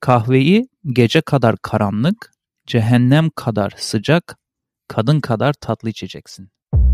Kahveyi gece kadar karanlık, cehennem kadar sıcak, kadın kadar tatlı içeceksin.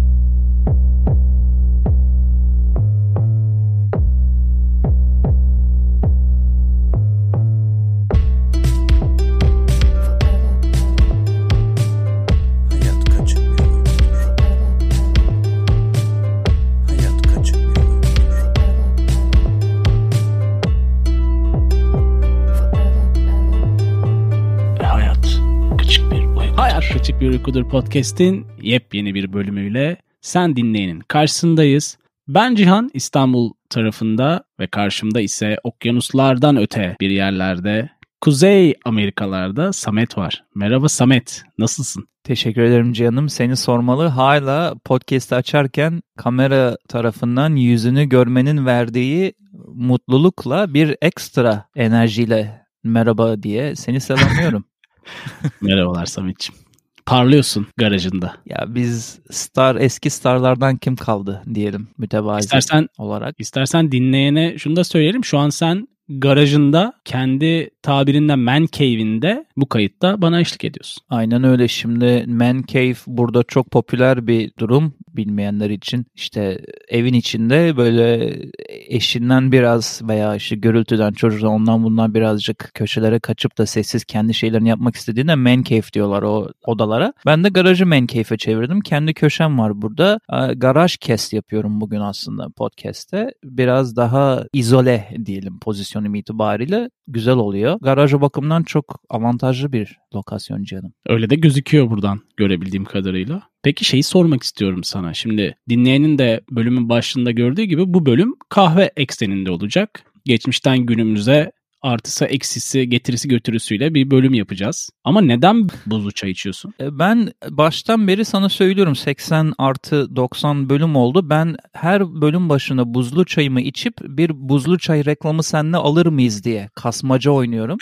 Küçük Bir Uykudur Podcast'in yepyeni bir bölümüyle sen dinleyenin karşısındayız. Ben Cihan, İstanbul tarafında ve karşımda ise okyanuslardan öte bir yerlerde, Kuzey Amerikalarda Samet var. Merhaba Samet, nasılsın? Teşekkür ederim Cihan'ım. Seni sormalı. Hala podcast'ı açarken kamera tarafından yüzünü görmenin verdiği mutlulukla bir ekstra enerjiyle merhaba diye seni selamlıyorum. Merhabalar Samet'ciğim. Parlıyorsun garajında. Ya biz eski starlardan kim kaldı diyelim mütevazi olarak. İstersen dinleyene şunu da söyleyelim. Şu an sen garajında kendi tabirinden man cave'inde bu kayıtta bana eşlik ediyorsun. Aynen öyle. Şimdi man cave burada çok popüler bir durum bilmeyenler için. İşte evin içinde böyle eşinden biraz veya işte gürültüden, çocuğundan ondan bundan birazcık köşelere kaçıp da sessiz kendi şeylerini yapmak istediğinde man cave diyorlar o odalara. Ben de garajı man cave'e çevirdim. Kendi köşem var burada. Garaj cast yapıyorum bugün aslında podcast'te. Biraz daha izole diyelim pozisyonum itibariyle. Güzel oluyor. Garaj o bakımdan çok avantajlı bir lokasyon canım. Öyle de gözüküyor buradan görebildiğim kadarıyla. Peki şeyi sormak istiyorum sana. Şimdi dinleyenin de bölümün başında gördüğü gibi bu bölüm kahve ekseninde olacak. Geçmişten günümüze artısı, eksisi, getirisi götürüsüyle bir bölüm yapacağız. Ama neden buzlu çay içiyorsun? Ben baştan beri sana söylüyorum 80 artı 90 bölüm oldu. Ben her bölüm başına buzlu çayımı içip bir buzlu çay reklamı seninle alır mıyız diye kasmaca oynuyorum.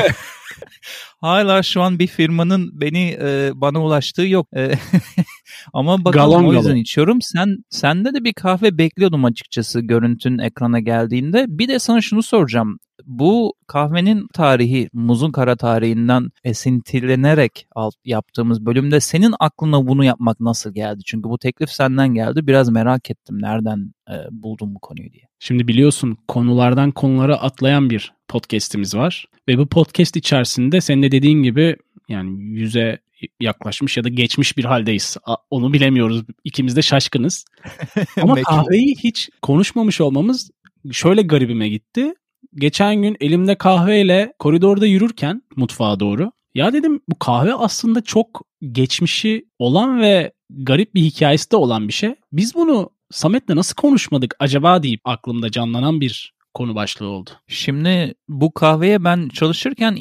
Hala şu an bir firmanın bana ulaştığı yok. Ama bakalım o yüzden içiyorum. Sende de bir kahve bekliyordum açıkçası görüntün ekrana geldiğinde. Bir de sana şunu soracağım. Bu kahvenin tarihi, muzun kara tarihinden esintilenerek yaptığımız bölümde senin aklına bunu yapmak nasıl geldi? Çünkü bu teklif senden geldi. Biraz merak ettim nereden buldun bu konuyu diye. Şimdi biliyorsun konulardan konulara atlayan bir podcast'imiz var. Ve bu podcast içerisinde senin de dediğin gibi yani 100'e yaklaşmış ya da geçmiş bir haldeyiz. Onu bilemiyoruz. İkimiz de şaşkınız. Ama kahveyi hiç konuşmamış olmamız şöyle garibime gitti. Geçen gün elimde kahveyle koridorda yürürken mutfağa doğru. Ya dedim bu kahve aslında çok geçmişi olan ve garip bir hikayesi de olan bir şey. Biz bunu Samet'le nasıl konuşmadık acaba deyip aklımda canlanan bir konu başlığı oldu. Şimdi bu kahveye ben çalışırken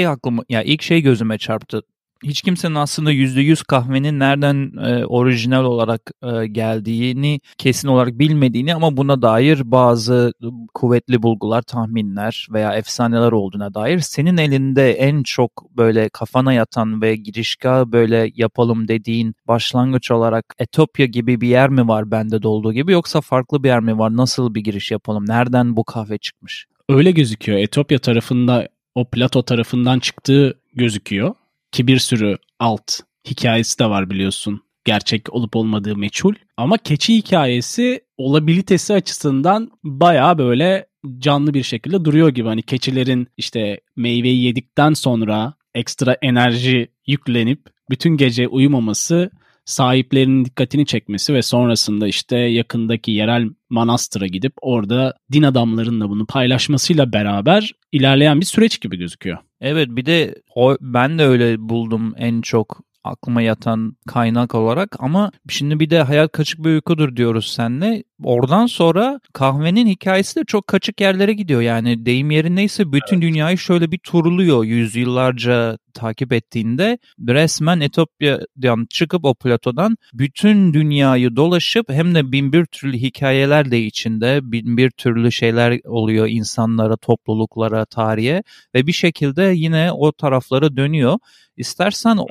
ilk şey gözüme çarptı. Hiç kimsenin aslında %100 kahvenin nereden orijinal olarak geldiğini kesin olarak bilmediğini ama buna dair bazı kuvvetli bulgular, tahminler veya efsaneler olduğuna dair senin elinde en çok böyle kafana yatan ve girişgah böyle yapalım dediğin başlangıç olarak Etopya gibi bir yer mi var bende de olduğu gibi yoksa farklı bir yer mi var? Nasıl bir giriş yapalım? Nereden bu kahve çıkmış? Öyle gözüküyor. Etopya tarafında o plato tarafından çıktığı gözüküyor. Ki bir sürü alt hikayesi de var biliyorsun. Gerçek olup olmadığı meçhul. Ama keçi hikayesi olabilitesi açısından bayağı böyle canlı bir şekilde duruyor gibi. Hani keçilerin işte meyveyi yedikten sonra ekstra enerji yüklenip bütün gece uyumaması, sahiplerinin dikkatini çekmesi ve sonrasında işte yakındaki yerel manastıra gidip orada din adamlarınla bunu paylaşmasıyla beraber ilerleyen bir süreç gibi gözüküyor. Evet, bir de ben de öyle buldum en çok aklıma yatan kaynak olarak ama şimdi bir de hayat kaçık bir uykudur diyoruz seninle. Oradan sonra kahvenin hikayesi de çok kaçık yerlere gidiyor. Yani deyim yerindeyse bütün dünyayı şöyle bir turluyor yüzyıllarca takip ettiğinde. Resmen Etopya'dan çıkıp o platodan bütün dünyayı dolaşıp hem de bin bir türlü hikayeler de içinde bin bir türlü şeyler oluyor insanlara, topluluklara, tarihe ve bir şekilde yine o taraflara dönüyor. İstersen o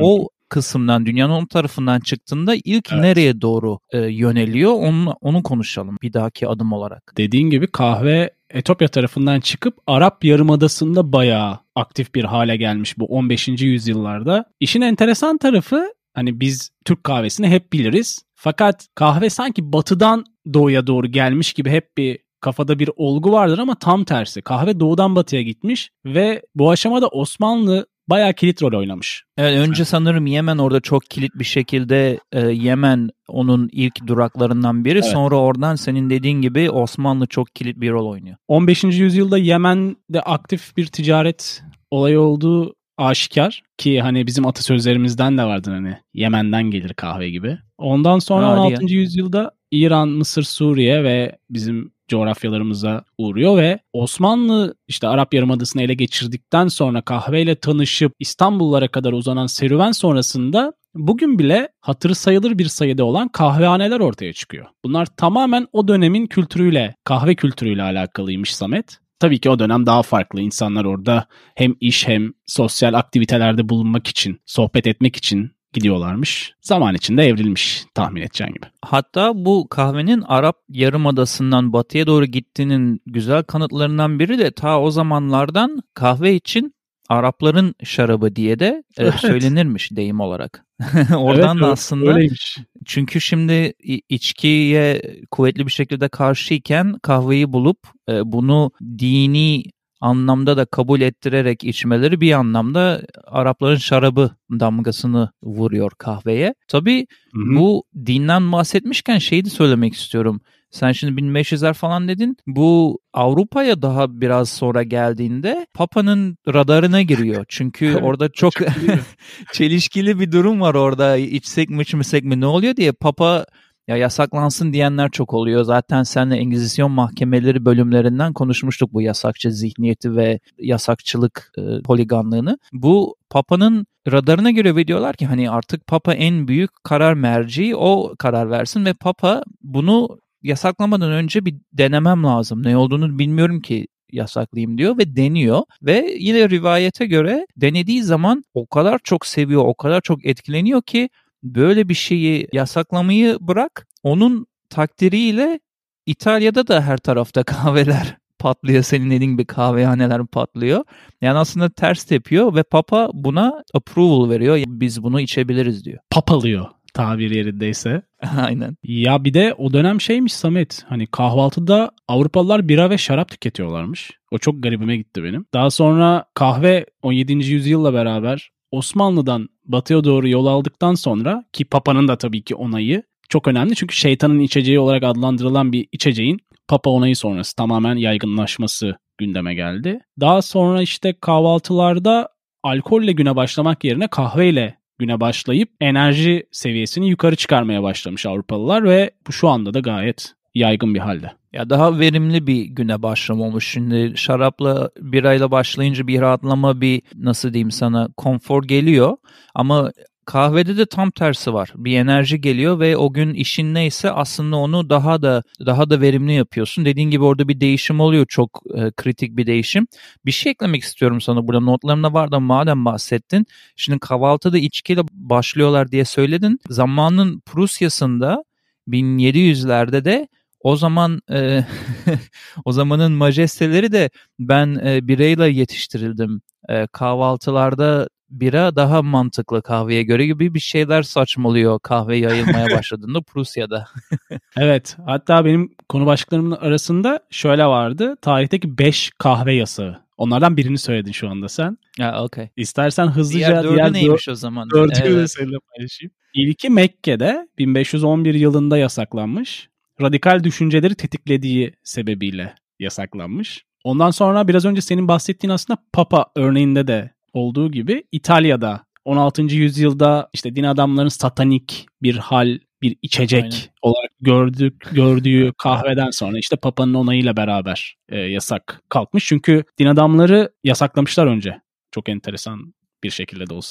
kısımdan, dünyanın o tarafından çıktığında ilk Evet. nereye doğru yöneliyor? Onu konuşalım bir dahaki adım olarak. Dediğin gibi kahve Etiyopya tarafından çıkıp Arap Yarımadası'nda bayağı aktif bir hale gelmiş bu 15. yüzyıllarda. İşin enteresan tarafı, hani biz Türk kahvesini hep biliriz. Fakat kahve sanki batıdan doğuya doğru gelmiş gibi hep bir kafada bir olgu vardır ama tam tersi. Kahve doğudan batıya gitmiş ve bu aşamada Osmanlı bayağı kilit rol oynamış. Evet, önce sanırım Yemen orada çok kilit bir şekilde Yemen onun ilk duraklarından biri. Evet. Sonra oradan senin dediğin gibi Osmanlı çok kilit bir rol oynuyor. 15. yüzyılda Yemen'de aktif bir ticaret olayı olduğu aşikar ki hani bizim atasözlerimizden de vardır, hani Yemen'den gelir kahve gibi. Ondan sonra 16. yüzyılda İran, Mısır, Suriye ve bizim coğrafyalarımıza uğruyor ve Osmanlı işte Arap Yarımadası'nı ele geçirdikten sonra kahveyle tanışıp İstanbullara kadar uzanan serüven sonrasında bugün bile hatırı sayılır bir sayıda olan kahvehaneler ortaya çıkıyor. Bunlar tamamen o dönemin kültürüyle, kahve kültürüyle alakalıymış Samet. Tabii ki o dönem daha farklı. İnsanlar orada hem iş hem sosyal aktivitelerde bulunmak için, sohbet etmek için gidiyorlarmış. Zaman içinde evrilmiş, tahmin edeceğin gibi. Hatta bu kahvenin Arap Yarımadası'ndan batıya doğru gittiğinin güzel kanıtlarından biri de ta o zamanlardan kahve için Arapların şarabı diye de söylenirmiş deyim olarak. Oradan da aslında öyleymiş. Çünkü şimdi içkiye kuvvetli bir şekilde karşıyken kahveyi bulup bunu dini anlamda da kabul ettirerek içmeleri bir anlamda Arapların şarabı damgasını vuruyor kahveye. Tabii bu dinden bahsetmişken şeyi de söylemek istiyorum. Sen şimdi 1500'ler falan dedin. Bu Avrupa'ya daha biraz sonra geldiğinde Papa'nın radarına giriyor. Çünkü orada çok çelişkili bir durum var orada. İçsek mi içmesek mi ne oluyor diye Papa ya yasaklansın diyenler çok oluyor. Zaten seninle Engizisyon mahkemeleri bölümlerinden konuşmuştuk bu yasakçı zihniyeti ve yasakçılık holiganlığını. Bu Papa'nın radarına giriyor ve diyorlar ki hani artık Papa en büyük karar merci, o karar versin ve Papa bunu yasaklamadan önce bir denemem lazım. Ne olduğunu bilmiyorum ki yasaklayayım diyor ve deniyor ve yine rivayete göre denediği zaman o kadar çok seviyor, o kadar çok etkileniyor ki böyle bir şeyi yasaklamayı bırak, onun takdiriyle İtalya'da da her tarafta kahveler patlıyor. Senin dediğin gibi kahvehaneler patlıyor. Yani aslında ters tepiyor ve Papa buna approval veriyor. Biz bunu içebiliriz diyor. Papalıyor tabir yerindeyse. Aynen. Ya bir de o dönem şeymiş Samet, hani kahvaltıda Avrupalılar bira ve şarap tüketiyorlarmış. O çok garibime gitti benim. Daha sonra kahve 17. yüzyılla beraber Osmanlı'dan batıya doğru yol aldıktan sonra, ki Papa'nın da tabii ki onayı çok önemli. Çünkü şeytanın içeceği olarak adlandırılan bir içeceğin Papa onayı sonrası tamamen yaygınlaşması gündeme geldi. Daha sonra işte kahvaltılarda alkolle güne başlamak yerine kahveyle güne başlayıp enerji seviyesini yukarı çıkarmaya başlamış Avrupalılar ve bu şu anda da gayet yaygın bir halde. Ya daha verimli bir güne başlama olmuş. Şimdi şarapla birayla başlayınca bir rahatlama, bir nasıl diyeyim sana, konfor geliyor ama kahvede de tam tersi var. Bir enerji geliyor ve o gün işin neyse aslında onu daha da verimli yapıyorsun. Dediğin gibi orada bir değişim oluyor, çok kritik bir değişim. Bir şey eklemek istiyorum sana, burada notlarımda var da madem bahsettin. Şimdi kahvaltıda içkiyle başlıyorlar diye söyledin. Zamanın Prusya'sında 1700'lerde de o zaman o zamanın majesteleri de ben birayla yetiştirildim. Kahvaltılarda bira daha mantıklı kahveye göre gibi bir şeyler saçmalıyor kahve yayılmaya başladığında Prusya'da. Evet, hatta benim konu başlıklarımın arasında şöyle vardı. Tarihteki 5 kahve yasağı. Onlardan birini söyledin şu anda sen. Ya okey. İstersen hızlıca diğer neymiş o zaman? Dördünü de seninle paylaşayım. İlki Mekke'de 1511 yılında yasaklanmış. Radikal düşünceleri tetiklediği sebebiyle yasaklanmış. Ondan sonra biraz önce senin bahsettiğin aslında Papa örneğinde de olduğu gibi İtalya'da 16. yüzyılda işte din adamlarının satanik bir hal, bir içecek olarak gördüğü kahveden sonra işte Papa'nın onayıyla beraber yasak kalkmış. Çünkü din adamları yasaklamışlar önce. Çok enteresan bir şekilde de olsa.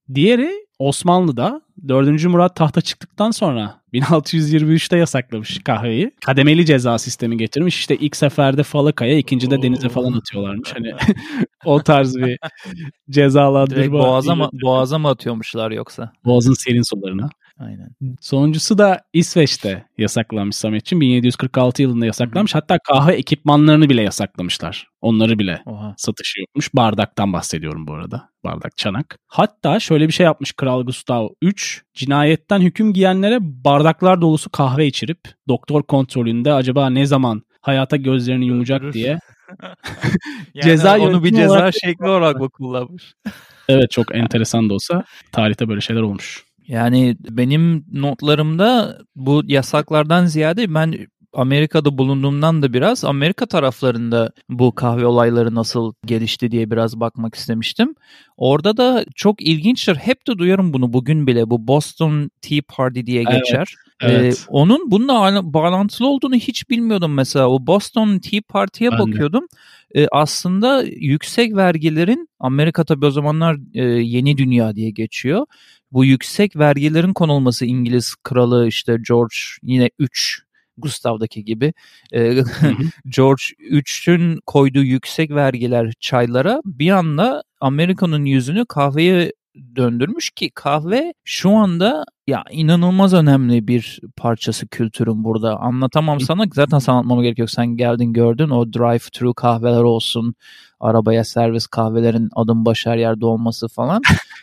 Diğeri Osmanlı'da 4. Murat tahta çıktıktan sonra 1623'te yasaklamış kahveyi. Kademeli ceza sistemi getirmiş. İşte ilk seferde falakaya, ikincide denize falan atıyorlarmış. Hani o tarz bir cezalandırma. Direkt boğaza mı atıyormuşlar yoksa? Boğazın serin sularına. Aynen. Sonuncusu da İsveç'te yasaklanmış Samet'ciğim. 1746 yılında yasaklanmış. Hatta kahve ekipmanlarını bile yasaklamışlar. Onları bile satışı yokmuş. Bardaktan bahsediyorum bu arada. Bardak, çanak. Hatta şöyle bir şey yapmış Kral Gustav III. Cinayetten hüküm giyenlere bardaklar dolusu kahve içirip doktor kontrolünde acaba ne zaman hayata gözlerini yumacak diye yani ceza onu bir ceza şekli olarak mı kullanmış? Evet, çok enteresan da olsa tarihte böyle şeyler olmuş. Yani benim notlarımda bu yasaklardan ziyade ben Amerika'da bulunduğumdan da biraz Amerika taraflarında bu kahve olayları nasıl gelişti diye biraz bakmak istemiştim. Orada da çok ilginçtir. Hep de duyarım bunu bugün bile. Bu Boston Tea Party diye geçer. Evet. Onun bununla bağlantılı olduğunu hiç bilmiyordum mesela. O Boston Tea Party'ye bakıyordum. Aslında yüksek vergilerin, Amerika tabii o zamanlar yeni dünya diye geçiyor. Bu yüksek vergilerin konulması, İngiliz kralı işte George yine 3 Gustav'daki gibi George 3'ün koyduğu yüksek vergiler çaylara bir anda Amerika'nın yüzünü kahveye döndürmüş ki kahve şu anda ya inanılmaz önemli bir parçası kültürün burada. Anlatamam sana, zaten sana anlatmama gerek yok. Sen geldin gördün, o drive-thru kahveler olsun, arabaya servis kahvelerin adım başı her yerde olması falan.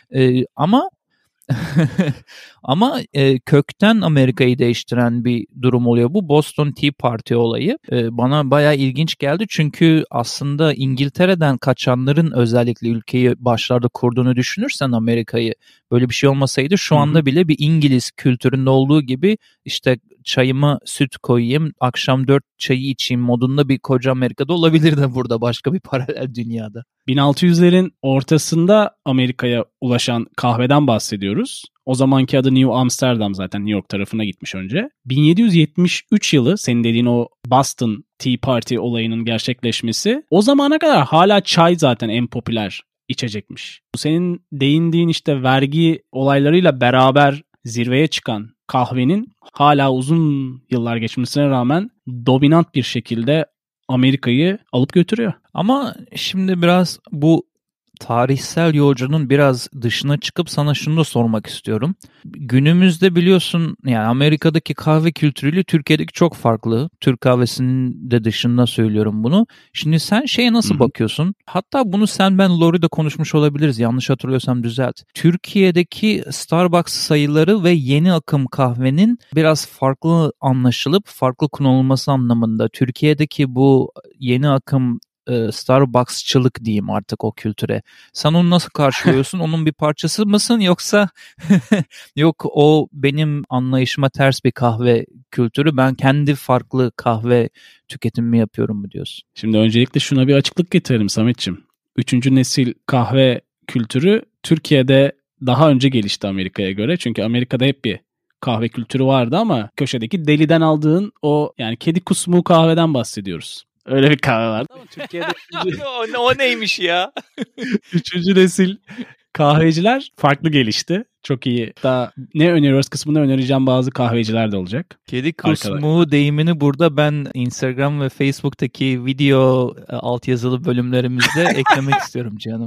Ama kökten Amerika'yı değiştiren bir durum oluyor. Bu Boston Tea Party olayı bana bayağı ilginç geldi. Çünkü aslında İngiltere'den kaçanların özellikle ülkeyi başlarda kurduğunu düşünürsen Amerika'yı, böyle bir şey olmasaydı şu anda bile bir İngiliz kültüründe olduğu gibi işte çayıma süt koyayım, akşam 4 çayı içeyim modunda bir koca Amerika'da olabilir de burada başka bir paralel dünyada. 1600'lerin ortasında Amerika'ya ulaşan kahveden bahsediyoruz. O zamanki adı New Amsterdam, zaten New York tarafına gitmiş önce. 1773 yılı senin dediğin o Boston Tea Party olayının gerçekleşmesi. O zamana kadar hala çay zaten en popüler içecekmiş. Bu senin değindiğin işte vergi olaylarıyla beraber zirveye çıkan kahvenin hala uzun yıllar geçmesine rağmen dominant bir şekilde Amerika'yı alıp götürüyor. Ama şimdi biraz bu tarihsel yolcunun biraz dışına çıkıp sana şunu da sormak istiyorum. Günümüzde biliyorsun yani Amerika'daki kahve kültürüyle Türkiye'deki çok farklı. Türk kahvesinin de dışında söylüyorum bunu. Şimdi sen şeye nasıl bakıyorsun? Hatta bunu sen ben Lori'de konuşmuş olabiliriz. Yanlış hatırlıyorsam düzelt. Türkiye'deki Starbucks sayıları ve yeni akım kahvenin biraz farklı anlaşılıp farklı kullanılması anlamında. Türkiye'deki bu yeni akım Starbucks'çılık diyeyim artık o kültüre. Sen onu nasıl karşılıyorsun? Onun bir parçası mısın yoksa yok o benim anlayışıma ters bir kahve kültürü, ben kendi farklı kahve tüketimimi yapıyorum mu diyorsun? Şimdi öncelikle şuna bir açıklık getirelim Samet'ciğim. 3. nesil kahve kültürü Türkiye'de daha önce gelişti Amerika'ya göre. Çünkü Amerika'da hep bir kahve kültürü vardı ama köşedeki deliden aldığın o yani kedi kusmuğu kahveden bahsediyoruz. Öyle bir kahve vardı ama Türkiye'de o neymiş ya? 3. nesil kahveciler farklı gelişti. Çok iyi. Daha ne öneriyoruz kısmında önereceğim bazı kahveciler de olacak. Kedi kusmuğu deyimini burada ben Instagram ve Facebook'taki video altyazılı bölümlerimizde eklemek istiyorum canım.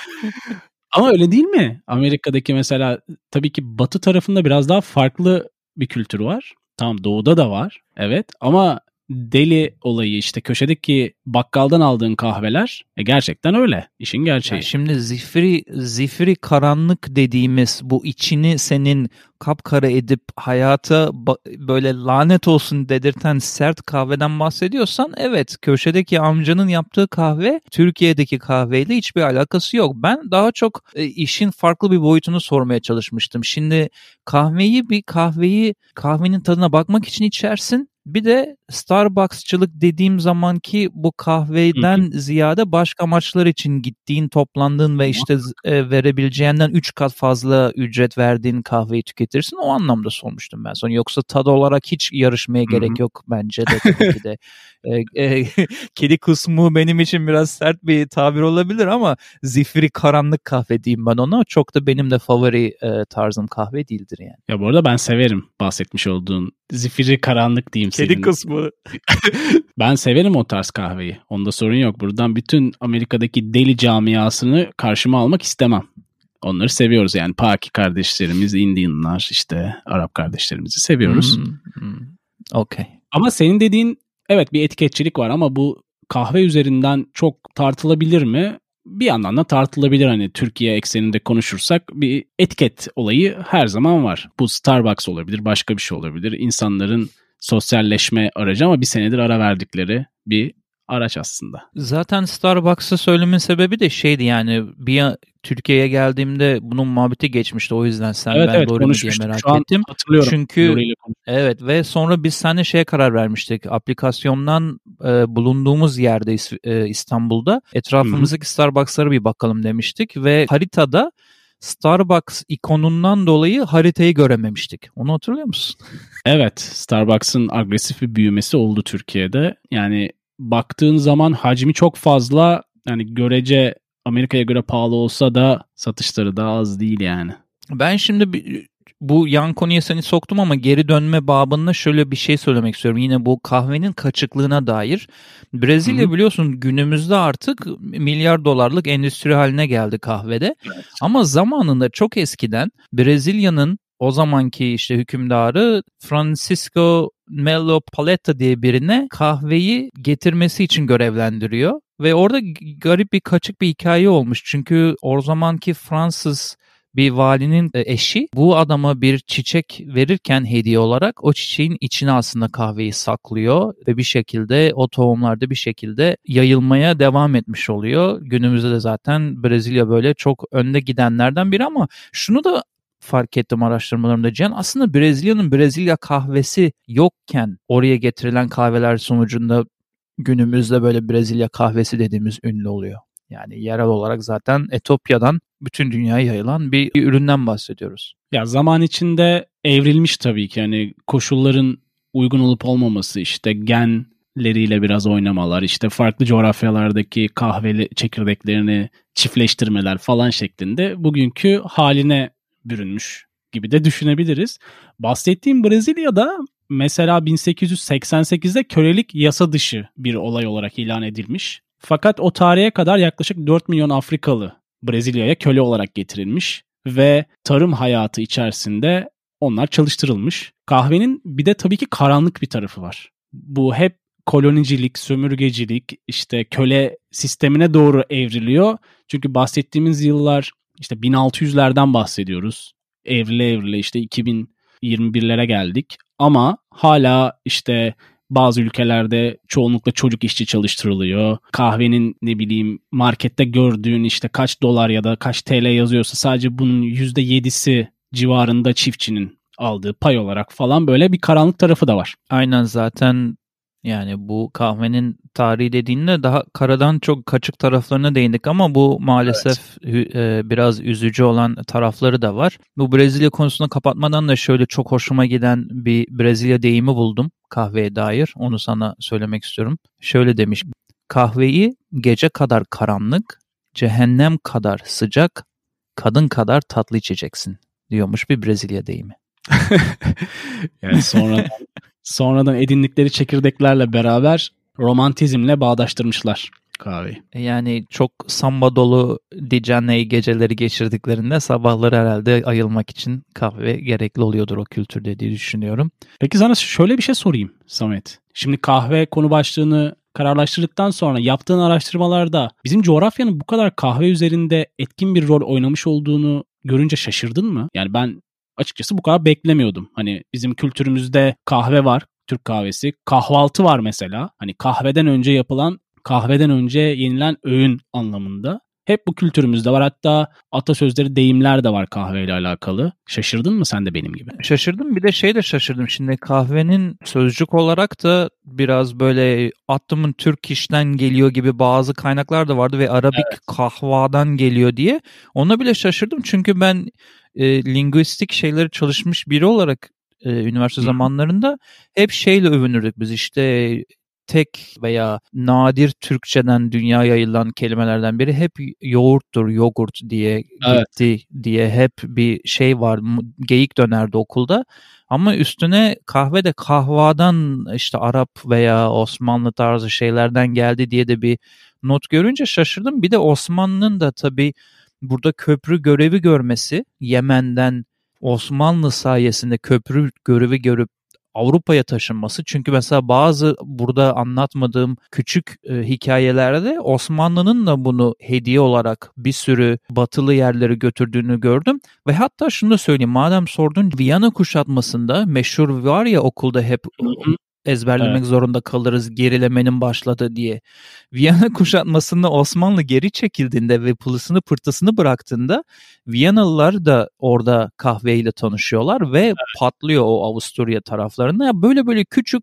Ama öyle değil mi? Amerika'daki mesela tabii ki batı tarafında biraz daha farklı bir kültür var. Tamam, doğuda da var. Evet ama deli olayı işte köşedeki bakkaldan aldığın kahveler gerçekten öyle. İşin gerçeği. Yani şimdi zifiri karanlık dediğimiz bu içini senin kapkara edip hayata böyle lanet olsun dedirten sert kahveden bahsediyorsan evet, köşedeki amcanın yaptığı kahve Türkiye'deki kahveyle hiçbir alakası yok. Ben daha çok işin farklı bir boyutunu sormaya çalışmıştım. Şimdi kahvenin tadına bakmak için içersin. Bir de Starbucks'çılık dediğim zamanki bu kahveden ziyade başka amaçlar için gittiğin, toplandığın ve işte verebileceğinden 3 kat fazla ücret verdiğin kahveyi tüketirsin. O anlamda sormuştum ben sonra. Yoksa tadı olarak hiç yarışmaya gerek yok bence de tabii ki de. Kedi kusmu benim için biraz sert bir tabir olabilir ama zifiri karanlık kahve diyeyim ben ona. Çok da benim de favori tarzım kahve değildir yani. Ya bu arada ben severim bahsetmiş olduğun zifiri karanlık diyeyim senin. Kedi kusmu. Ben severim o tarz kahveyi. Onda sorun yok. Buradan bütün Amerika'daki deli camiasını karşıma almak istemem. Onları seviyoruz yani. Paki kardeşlerimiz, Indianlar, işte Arap kardeşlerimizi seviyoruz. Okay. Ama senin dediğin evet bir etiketçilik var ama bu kahve üzerinden çok tartılabilir mi? Bir yandan da tartılabilir, hani Türkiye ekseninde konuşursak bir etiket olayı her zaman var. Bu Starbucks olabilir, başka bir şey olabilir. İnsanların sosyalleşme aracı ama bir senedir ara verdikleri bir araç aslında. Zaten Starbucks'ı söylememin sebebi de şeydi yani Türkiye'ye geldiğimde bunun muhabbeti geçmişti, o yüzden ben doğru mu diye merak ettim. Çünkü evet ve sonra biz seninle şeye karar vermiştik. Aplikasyondan bulunduğumuz yerde İstanbul'da etrafımızdaki Starbucks'lara bir bakalım demiştik ve haritada Starbucks ikonundan dolayı haritayı görememiştik. Onu hatırlıyor musun? Evet, Starbucks'ın agresif bir büyümesi oldu Türkiye'de. Yani baktığın zaman hacmi çok fazla, yani görece Amerika'ya göre pahalı olsa da satışları da az değil yani. Ben şimdi bu yan konuya seni soktum ama geri dönme babında şöyle bir şey söylemek istiyorum. Yine bu kahvenin kaçıklığına dair. Brezilya biliyorsun günümüzde artık milyar dolarlık endüstri haline geldi kahvede. Evet. Ama zamanında çok eskiden Brezilya'nın o zamanki işte hükümdarı Francisco Melo Paleta diye birine kahveyi getirmesi için görevlendiriyor. Ve orada garip bir kaçık bir hikaye olmuş. Çünkü o zamanki Fransız bir valinin eşi bu adama bir çiçek verirken hediye olarak o çiçeğin içine aslında kahveyi saklıyor ve bir şekilde o tohumlarda bir şekilde yayılmaya devam etmiş oluyor. Günümüzde de zaten Brezilya böyle çok önde gidenlerden biri ama şunu da fark ettim araştırmalarımda Cihan, aslında Brezilya'nın Brezilya kahvesi yokken oraya getirilen kahveler sonucunda günümüzde böyle Brezilya kahvesi dediğimiz ünlü oluyor. Yani yerel olarak zaten Etiyopya'dan bütün dünyaya yayılan bir üründen bahsediyoruz. Ya zaman içinde evrilmiş tabii ki. Yani koşulların uygun olup olmaması, işte genleriyle biraz oynamalar, işte farklı coğrafyalardaki kahveli çekirdeklerini çiftleştirmeler falan şeklinde bugünkü haline bürünmüş gibi de düşünebiliriz. Bahsettiğim Brezilya'da mesela 1888'de kölelik yasa dışı bir olay olarak ilan edilmiş. Fakat o tarihe kadar yaklaşık 4 milyon Afrikalı Brezilya'ya köle olarak getirilmiş ve tarım hayatı içerisinde onlar çalıştırılmış. Kahvenin bir de tabii ki karanlık bir tarafı var. Bu hep kolonicilik, sömürgecilik, işte köle sistemine doğru evriliyor. Çünkü bahsettiğimiz yıllar işte 1600'lerden bahsediyoruz. Evrile işte 2021'lere geldik. Ama hala işte bazı ülkelerde çoğunlukla çocuk işçi çalıştırılıyor. Kahvenin ne bileyim markette gördüğün işte kaç dolar ya da kaç TL yazıyorsa sadece bunun %7'si civarında çiftçinin aldığı pay olarak falan, böyle bir karanlık tarafı da var. Aynen, zaten yani bu kahvenin tarihi dediğinde daha karadan çok kaçık taraflarına değindik ama bu maalesef biraz üzücü olan tarafları da var. Bu Brezilya konusunu kapatmadan da şöyle çok hoşuma giden bir Brezilya deyimi buldum kahveye dair. Onu sana söylemek istiyorum. Şöyle demiş: kahveyi gece kadar karanlık, cehennem kadar sıcak, kadın kadar tatlı içeceksin diyormuş bir Brezilya deyimi. Yani sonradan edindikleri çekirdeklerle beraber romantizmle bağdaştırmışlar kahveyi. Yani çok samba dolu Dijaney geceleri geçirdiklerinde sabahları herhalde ayılmak için kahve gerekli oluyordur o kültürde diye düşünüyorum. Peki sana şöyle bir şey sorayım Samet. Şimdi kahve konu başlığını kararlaştırdıktan sonra yaptığın araştırmalarda bizim coğrafyanın bu kadar kahve üzerinde etkin bir rol oynamış olduğunu görünce şaşırdın mı? Yani ben açıkçası bu kadar beklemiyordum. Hani bizim kültürümüzde kahve var, Türk kahvesi. Kahvaltı var mesela. Hani kahveden önce yenilen öğün anlamında. Hep bu kültürümüzde var. Hatta atasözleri, deyimler de var kahveyle alakalı. Şaşırdın mı sen de benim gibi? Şaşırdım. Bir de de şaşırdım. Şimdi kahvenin sözcük olarak da biraz böyle Ottoman Turkish'ten geliyor gibi bazı kaynaklar da vardı ve Arabik kahvadan geliyor diye. Ona bile şaşırdım çünkü ben linguistik şeyleri çalışmış biri olarak üniversite zamanlarında hep şeyle övünürdük biz, işte tek veya nadir Türkçeden dünyaya yayılan kelimelerden biri hep yoğurttur, yogurt diye gitti diye hep bir şey var. Geyik dönerdi okulda. Ama üstüne kahve de kahvadan, işte Arap veya Osmanlı tarzı şeylerden geldi diye de bir not görünce şaşırdım. Bir de Osmanlı'nın da tabii burada köprü görevi görmesi, Yemen'den Osmanlı sayesinde köprü görevi görüp Avrupa'ya taşınması. Çünkü mesela bazı burada anlatmadığım küçük hikayelerde Osmanlı'nın da bunu hediye olarak bir sürü batılı yerlere götürdüğünü gördüm. Ve hatta şunu da söyleyeyim, madem sordun, Viyana kuşatmasında meşhur var ya, okulda hep ezberlemek zorunda kalırız gerilemenin başladı diye. Viyana kuşatmasında Osmanlı geri çekildiğinde ve pılısını pırtısını bıraktığında Viyanalılar da orada kahveyle tanışıyorlar ve patlıyor o Avusturya taraflarında. Ya böyle küçük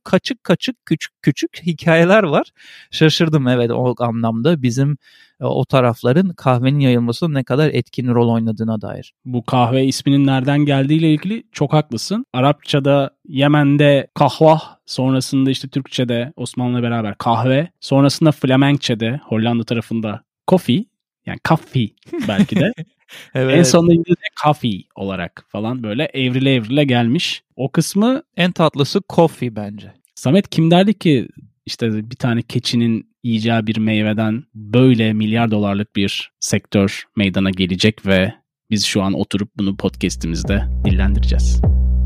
küçük hikayeler var. Şaşırdım o anlamda bizim o tarafların kahvenin yayılmasında ne kadar etkin rol oynadığına dair. Bu kahve isminin nereden geldiğiyle ilgili çok haklısın. Arapçada Yemen'de kahvah, sonrasında işte Türkçe'de Osmanlı'la beraber kahve, sonrasında Flemenkçe'de Hollanda tarafında coffee, yani coffee belki de. En sonunda İngilizce coffee olarak falan böyle evrile gelmiş. O kısmı en tatlısı coffee bence. Samet, kim derdi ki işte bir tane keçinin yiyeceği bir meyveden böyle milyar dolarlık bir sektör meydana gelecek ve biz şu an oturup bunu podcast'imizde dillendireceğiz.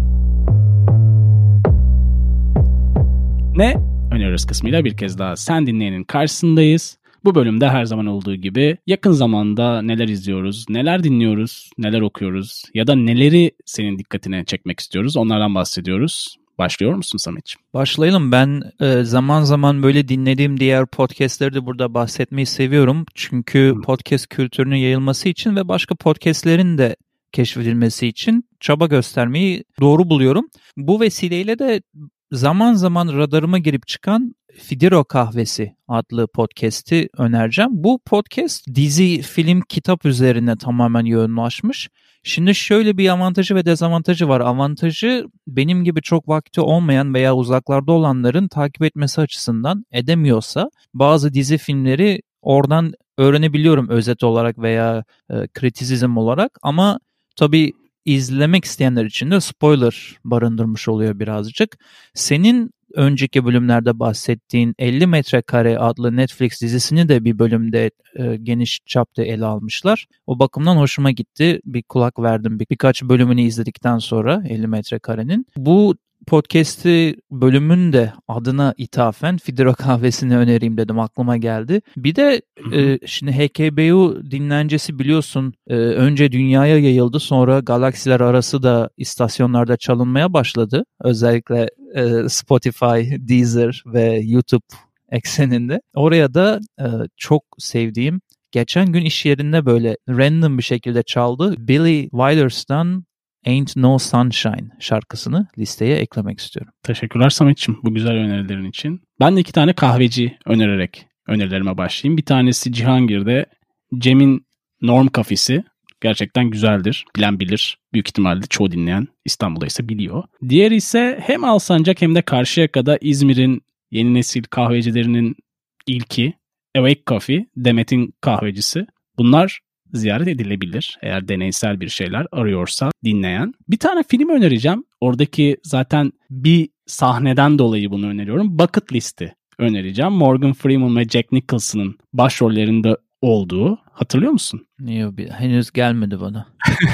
Ne öneriyoruz kısmıyla bir kez daha Sen Dinleyen'in karşısındayız. Bu bölümde her zaman olduğu gibi yakın zamanda neler izliyoruz, neler dinliyoruz, neler okuyoruz ya da neleri senin dikkatine çekmek istiyoruz, onlardan bahsediyoruz. Başlıyor musun Samet'ciğim? Başlayalım. Ben zaman zaman böyle dinlediğim diğer podcastleri de burada bahsetmeyi seviyorum. Çünkü podcast kültürünün yayılması için ve başka podcastlerin de keşfedilmesi için çaba göstermeyi doğru buluyorum. Bu vesileyle de zaman zaman radarıma girip çıkan Fidiro Kahvesi adlı podcast'i önereceğim. Bu podcast dizi, film, kitap üzerine tamamen yoğunlaşmış. Şimdi şöyle bir avantajı ve dezavantajı var. Avantajı, benim gibi çok vakti olmayan veya uzaklarda olanların takip etmesi açısından, edemiyorsa bazı dizi, filmleri oradan öğrenebiliyorum özet olarak veya kritisizm olarak. Ama tabii izlemek isteyenler için de spoiler barındırmış oluyor birazcık. Senin önceki bölümlerde bahsettiğin 50 Metrekare adlı Netflix dizisini de bir bölümde geniş çapta ele almışlar. O bakımdan hoşuma gitti. Bir kulak verdim birkaç bölümünü izledikten sonra 50 Metrekare'nin. Bu podcast'i bölümün de adına ithafen Fidiro Kahvesi'ni önereyim dedim, aklıma geldi. Bir de şimdi HKBU dinlencesi biliyorsun önce dünyaya yayıldı, sonra galaksiler arası da istasyonlarda çalınmaya başladı. Özellikle Spotify, Deezer ve YouTube ekseninde. Oraya da çok sevdiğim, geçen gün iş yerinde böyle random bir şekilde çaldı, Billy Wilders'tan Ain't No Sunshine şarkısını listeye eklemek istiyorum. Teşekkürler Samet'ciğim bu güzel önerilerin için. Ben de 2 tane kahveci önererek önerilerime başlayayım. Bir tanesi Cihangir'de Cem'in Norm Kafesi. Gerçekten güzeldir. Bilen bilir. Büyük ihtimalle çoğu dinleyen İstanbul'da ise biliyor. Diğeri ise hem Alsancak hem de Karşıyaka'da İzmir'in yeni nesil kahvecilerinin ilki Awake Coffee, Demet'in kahvecisi. Bunlar ziyaret edilebilir eğer deneysel bir şeyler arıyorsa dinleyen. Bir tane film önereceğim. Oradaki zaten bir sahneden dolayı bunu öneriyorum. Bucket List'i önereceğim. Morgan Freeman ve Jack Nicholson'ın başrollerinde olduğu. Hatırlıyor musun? Yok, henüz gelmedi bana.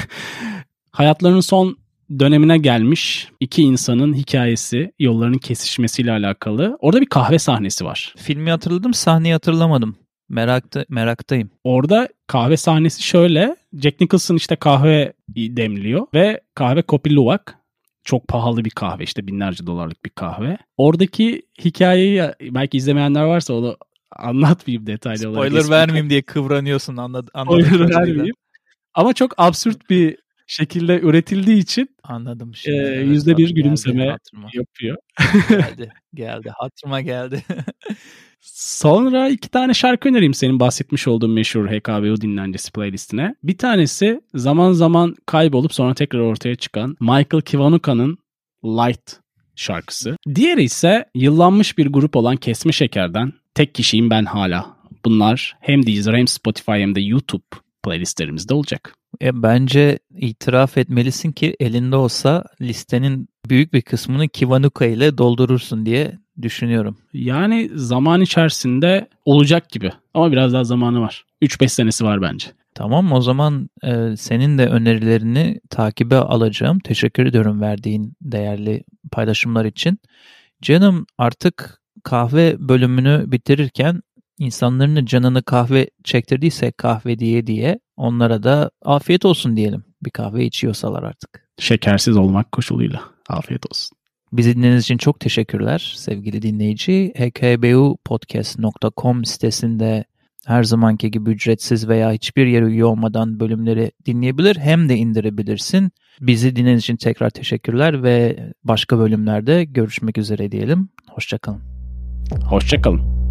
Hayatlarının son dönemine gelmiş 2 insanın hikayesi, yollarının kesişmesiyle alakalı. Orada bir kahve sahnesi var. Filmi hatırladım, sahneyi hatırlamadım. Meraktayım. Orada kahve sahnesi şöyle. Jack Nicholson işte kahve demliyor ve kahve Kopi Luwak. Çok pahalı bir kahve, işte binlerce dolarlık bir kahve. Oradaki hikayeyi belki izlemeyenler varsa onu anlatmayayım detaylı olarak. Spoiler vermeyeyim diye kıvranıyorsun, anladım. Spoiler vermeyeyim. Ama çok absürt bir şekilde üretildiği için Anladım şimdi. %1 gülümseme yapıyor. Geldi. Hatırıma geldi. Sonra 2 tane şarkı önereyim senin bahsetmiş olduğun meşhur HKBU dinlencesi playlistine. Bir tanesi zaman zaman kaybolup sonra tekrar ortaya çıkan Michael Kivanuka'nın Light şarkısı. Diğeri ise yıllanmış bir grup olan Kesme Şeker'den Tek Kişiyim Ben Hala. Bunlar hem Deezer hem Spotify hem de YouTube playlistlerimizde olacak. Bence itiraf etmelisin ki elinde olsa listenin büyük bir kısmını Kivanuka ile doldurursun diye düşünüyorum. Yani zaman içerisinde olacak gibi ama biraz daha zamanı var. 3-5 senesi var bence. Tamam, o zaman senin de önerilerini takibe alacağım. Teşekkür ediyorum verdiğin değerli paylaşımlar için. Canım, artık kahve bölümünü bitirirken insanların canını kahve çektirdiyse kahve diye onlara da afiyet olsun diyelim. Bir kahve içiyorsalar artık. Şekersiz olmak koşuluyla. Afiyet olsun. Bizi dinlediğiniz için çok teşekkürler sevgili dinleyici. hkbupodcast.com sitesinde her zamanki gibi ücretsiz veya hiçbir yere üye olmadan bölümleri dinleyebilir hem de indirebilirsin. Bizi dinlediğiniz için tekrar teşekkürler ve başka bölümlerde görüşmek üzere diyelim. Hoşça kalın. Hoşça kalın.